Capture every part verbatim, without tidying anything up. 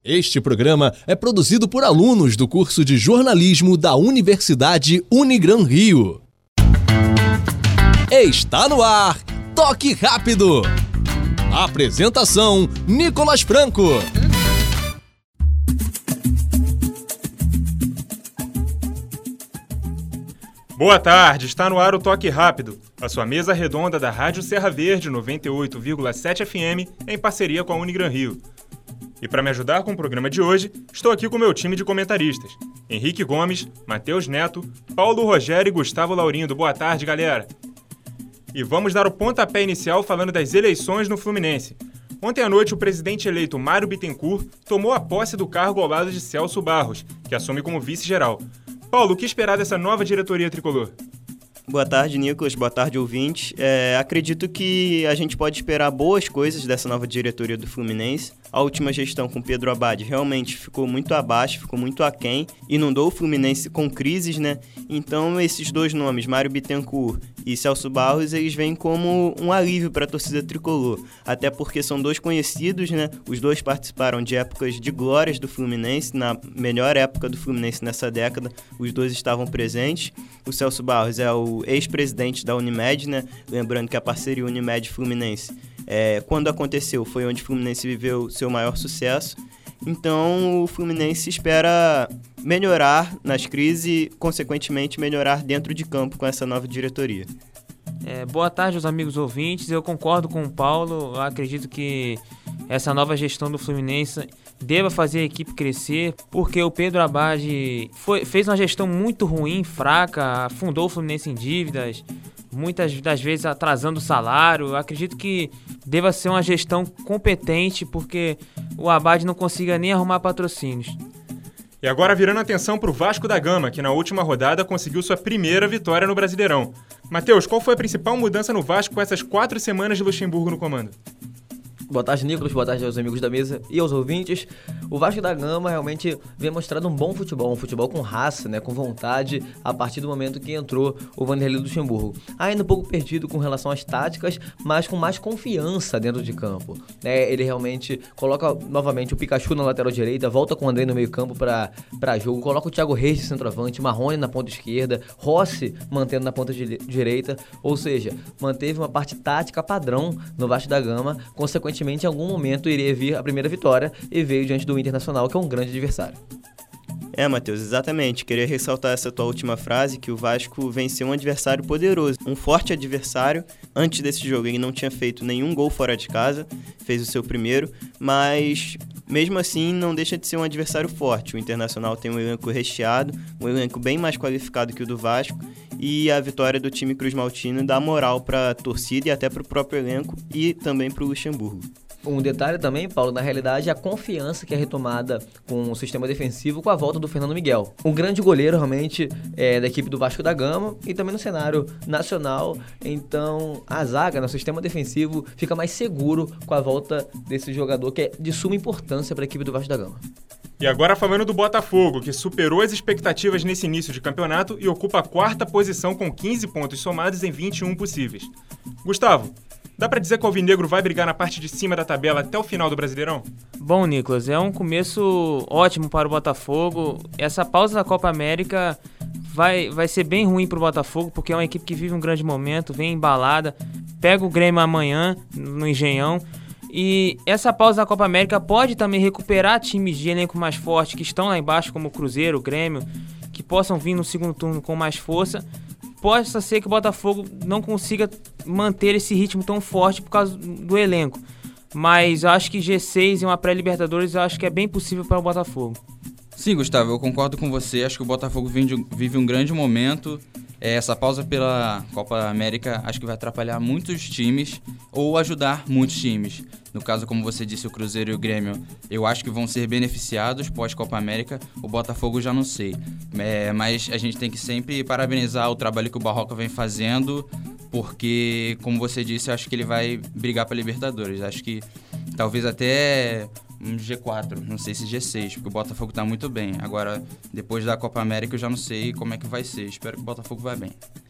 Este programa é produzido por alunos do curso de jornalismo da Universidade Unigran Rio. Está no ar, Toque Rápido. Apresentação, Nicolas Franco. Boa tarde, está no ar o Toque Rápido, a sua mesa redonda da Rádio Serra Verde noventa e oito vírgula sete F M, em parceria com a Unigran Rio. E para me ajudar com o programa de hoje, estou aqui com o meu time de comentaristas. Henrique Gomes, Matheus Neto, Paulo Rogério e Gustavo Laurindo. Boa tarde, galera. E vamos dar o pontapé inicial falando das eleições no Fluminense. Ontem à noite, o presidente eleito Mário Bittencourt tomou a posse do cargo ao lado de Celso Barros, que assume como vice-geral. Paulo, o que esperar dessa nova diretoria tricolor? Boa tarde, Nicolas. Boa tarde, ouvintes. É, acredito que a gente pode esperar boas coisas dessa nova diretoria do Fluminense. A última gestão com Pedro Abad realmente ficou muito abaixo, ficou muito aquém, inundou o Fluminense com crises, né? Então, esses dois nomes, Mário Bittencourt e Celso Barros, eles vêm como um alívio para a torcida tricolor. Até porque são dois conhecidos, né? Os dois participaram de épocas de glórias do Fluminense, na melhor época do Fluminense nessa década, os dois estavam presentes. O Celso Barros é o ex-presidente da Unimed, né? Lembrando que a parceria Unimed-Fluminense, é, quando aconteceu, foi onde o Fluminense viveu seu maior sucesso. Então, o Fluminense espera melhorar nas crises e, consequentemente, melhorar dentro de campo com essa nova diretoria. É, boa tarde aos amigos ouvintes. Eu concordo com o Paulo. Eu acredito que essa nova gestão do Fluminense deva fazer a equipe crescer, porque o Pedro Abad foi, fez uma gestão muito ruim, fraca, afundou o Fluminense em dívidas, muitas das vezes atrasando o salário. Eu acredito que deva ser uma gestão competente, porque o Abad não consiga nem arrumar patrocínios. E agora virando a atenção para o Vasco da Gama, que na última rodada conseguiu sua primeira vitória no Brasileirão. Matheus, qual foi a principal mudança no Vasco com essas quatro semanas de Luxemburgo no comando? Boa tarde, Nicolas. Boa tarde aos amigos da mesa e aos ouvintes. O Vasco da Gama realmente vem mostrando um bom futebol, um futebol com raça, né, com vontade, a partir do momento que entrou o Vanderlei Luxemburgo. Ainda um pouco perdido com relação às táticas, mas com mais confiança dentro de campo. É, ele realmente coloca novamente o Pikachu na lateral direita, volta com o André no meio campo para jogo, coloca o Thiago Reis de centroavante, Marrone na ponta esquerda, Rossi mantendo na ponta de, direita, ou seja, manteve uma parte tática padrão no Vasco da Gama, consequentemente em algum momento iria vir a primeira vitória e veio diante do Internacional, que é um grande adversário. É, Matheus, exatamente. Queria ressaltar essa tua última frase, que o Vasco venceu um adversário poderoso, um forte adversário. Antes desse jogo ele não tinha feito nenhum gol fora de casa, fez o seu primeiro, mas mesmo assim não deixa de ser um adversário forte. O Internacional tem um elenco recheado, um elenco bem mais qualificado que o do Vasco, e a vitória do time Cruz Maltino dá moral para a torcida e até para o próprio elenco e também para o Luxemburgo. Um detalhe também, Paulo, na realidade, é a confiança que é retomada com o sistema defensivo com a volta do Fernando Miguel. Um grande goleiro, realmente, é, da equipe do Vasco da Gama e também no cenário nacional. Então, a zaga, no sistema defensivo, fica mais seguro com a volta desse jogador que é de suma importância para a equipe do Vasco da Gama. E agora falando do Botafogo, que superou as expectativas nesse início de campeonato e ocupa a quarta posição com quinze pontos somados em vinte e um possíveis. Gustavo, dá pra dizer que o Alvinegro vai brigar na parte de cima da tabela até o final do Brasileirão? Bom, Nicolas, é um começo ótimo para o Botafogo. Essa pausa da Copa América vai, vai ser bem ruim para o Botafogo, porque é uma equipe que vive um grande momento, vem embalada, pega o Grêmio amanhã no Engenhão. E essa pausa da Copa América pode também recuperar times de elenco mais forte que estão lá embaixo, como o Cruzeiro, o Grêmio, que possam vir no segundo turno com mais força. Possa ser que o Botafogo não consiga manter esse ritmo tão forte por causa do elenco. Mas eu acho que G seis e uma pré-Libertadores eu acho que é bem possível para o Botafogo. Sim, Gustavo, eu concordo com você. Acho que o Botafogo vive um grande momento. Essa pausa pela Copa América acho que vai atrapalhar muitos times ou ajudar muitos times. No caso, como você disse, o Cruzeiro e o Grêmio, eu acho que vão ser beneficiados pós-Copa América. O Botafogo já não sei. É, mas a gente tem que sempre parabenizar o trabalho que o Barroca vem fazendo, porque, como você disse, eu acho que ele vai brigar para Libertadores. Acho que talvez até um G quatro, não sei se G seis, porque o Botafogo tá muito bem. Agora, depois da Copa América, eu já não sei como é que vai ser. Espero que o Botafogo vá bem.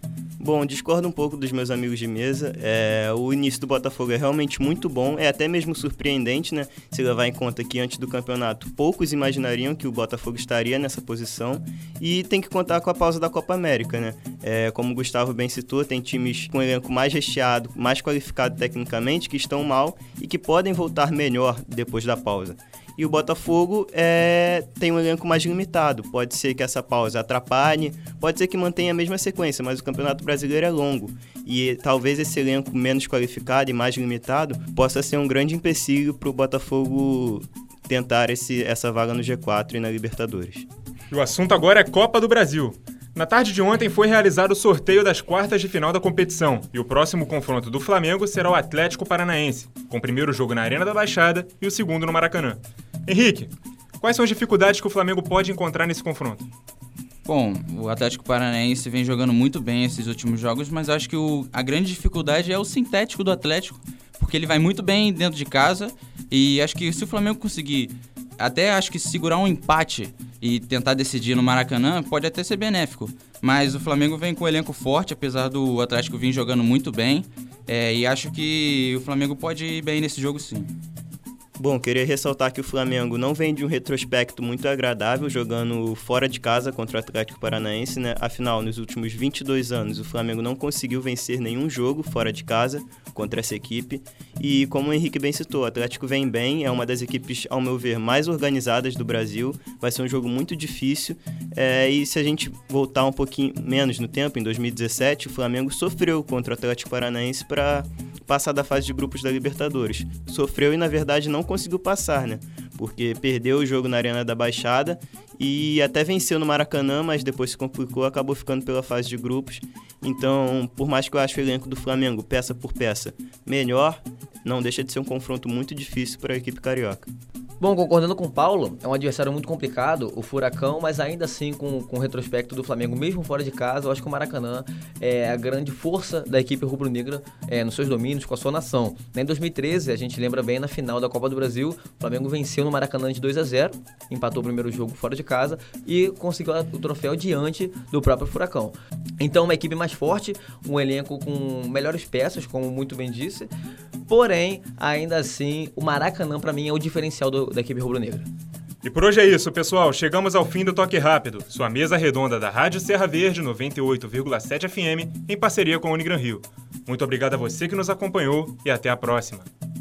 Bom, discordo um pouco dos meus amigos de mesa. É, o início do Botafogo é realmente muito bom, é até mesmo surpreendente, né? Se levar em conta que antes do campeonato poucos imaginariam que o Botafogo estaria nessa posição, e tem que contar com a pausa da Copa América, né? É, como o Gustavo bem citou, tem times com elenco mais recheado, mais qualificado tecnicamente, que estão mal e que podem voltar melhor depois da pausa. E o Botafogo é, tem um elenco mais limitado. Pode ser que essa pausa atrapalhe, pode ser que mantenha a mesma sequência, mas o Campeonato Brasileiro é longo. E talvez esse elenco menos qualificado e mais limitado possa ser um grande empecilho para o Botafogo tentar esse, essa vaga no G quatro e na Libertadores. E o assunto agora é Copa do Brasil. Na tarde de ontem foi realizado o sorteio das quartas de final da competição e o próximo confronto do Flamengo será o Atlético Paranaense, com o primeiro jogo na Arena da Baixada e o segundo no Maracanã. Henrique, quais são as dificuldades que o Flamengo pode encontrar nesse confronto? Bom, o Atlético Paranaense vem jogando muito bem esses últimos jogos, mas acho que o, a grande dificuldade é o sintético do Atlético, porque ele vai muito bem dentro de casa e acho que se o Flamengo conseguir até acho que segurar um empate e tentar decidir no Maracanã pode até ser benéfico. Mas o Flamengo vem com um elenco forte, apesar do Atlético vir jogando muito bem. É, e acho que o Flamengo pode ir bem nesse jogo, sim. Bom, queria ressaltar que o Flamengo não vem de um retrospecto muito agradável jogando fora de casa contra o Atlético Paranaense, né? Afinal, nos últimos vinte e dois anos, o Flamengo não conseguiu vencer nenhum jogo fora de casa contra essa equipe. E como o Henrique bem citou, o Atlético vem bem, é uma das equipes, ao meu ver, mais organizadas do Brasil. Vai ser um jogo muito difícil. É, e se a gente voltar um pouquinho menos no tempo, em dois mil e dezessete, o Flamengo sofreu contra o Atlético Paranaense para passar da fase de grupos da Libertadores. Sofreu e, na verdade, não conseguiu passar, né? Porque perdeu o jogo na Arena da Baixada e até venceu no Maracanã, mas depois se complicou, acabou ficando pela fase de grupos. Então, por mais que eu ache o elenco do Flamengo, peça por peça, melhor, não deixa de ser um confronto muito difícil para a equipe carioca. Bom, concordando com o Paulo, é um adversário muito complicado, o Furacão, mas ainda assim com, com o retrospecto do Flamengo, mesmo fora de casa, eu acho que o Maracanã é a grande força da equipe rubro-negra é, nos seus domínios, com a sua nação. Em dois mil e treze, a gente lembra bem, na final da Copa do Brasil, o Flamengo venceu no Maracanã de dois a zero, empatou o primeiro jogo fora de casa e conseguiu o troféu diante do próprio Furacão. Então, uma equipe mais forte, um elenco com melhores peças, como muito bem disse, porém, ainda assim, o Maracanã, para mim, é o diferencial do da equipe rubro-negra. E por hoje é isso, pessoal. Chegamos ao fim do Toque Rápido, sua mesa redonda da Rádio Serra Verde noventa e oito vírgula sete F M, em parceria com a Unigran Rio. Muito obrigado a você que nos acompanhou e até a próxima.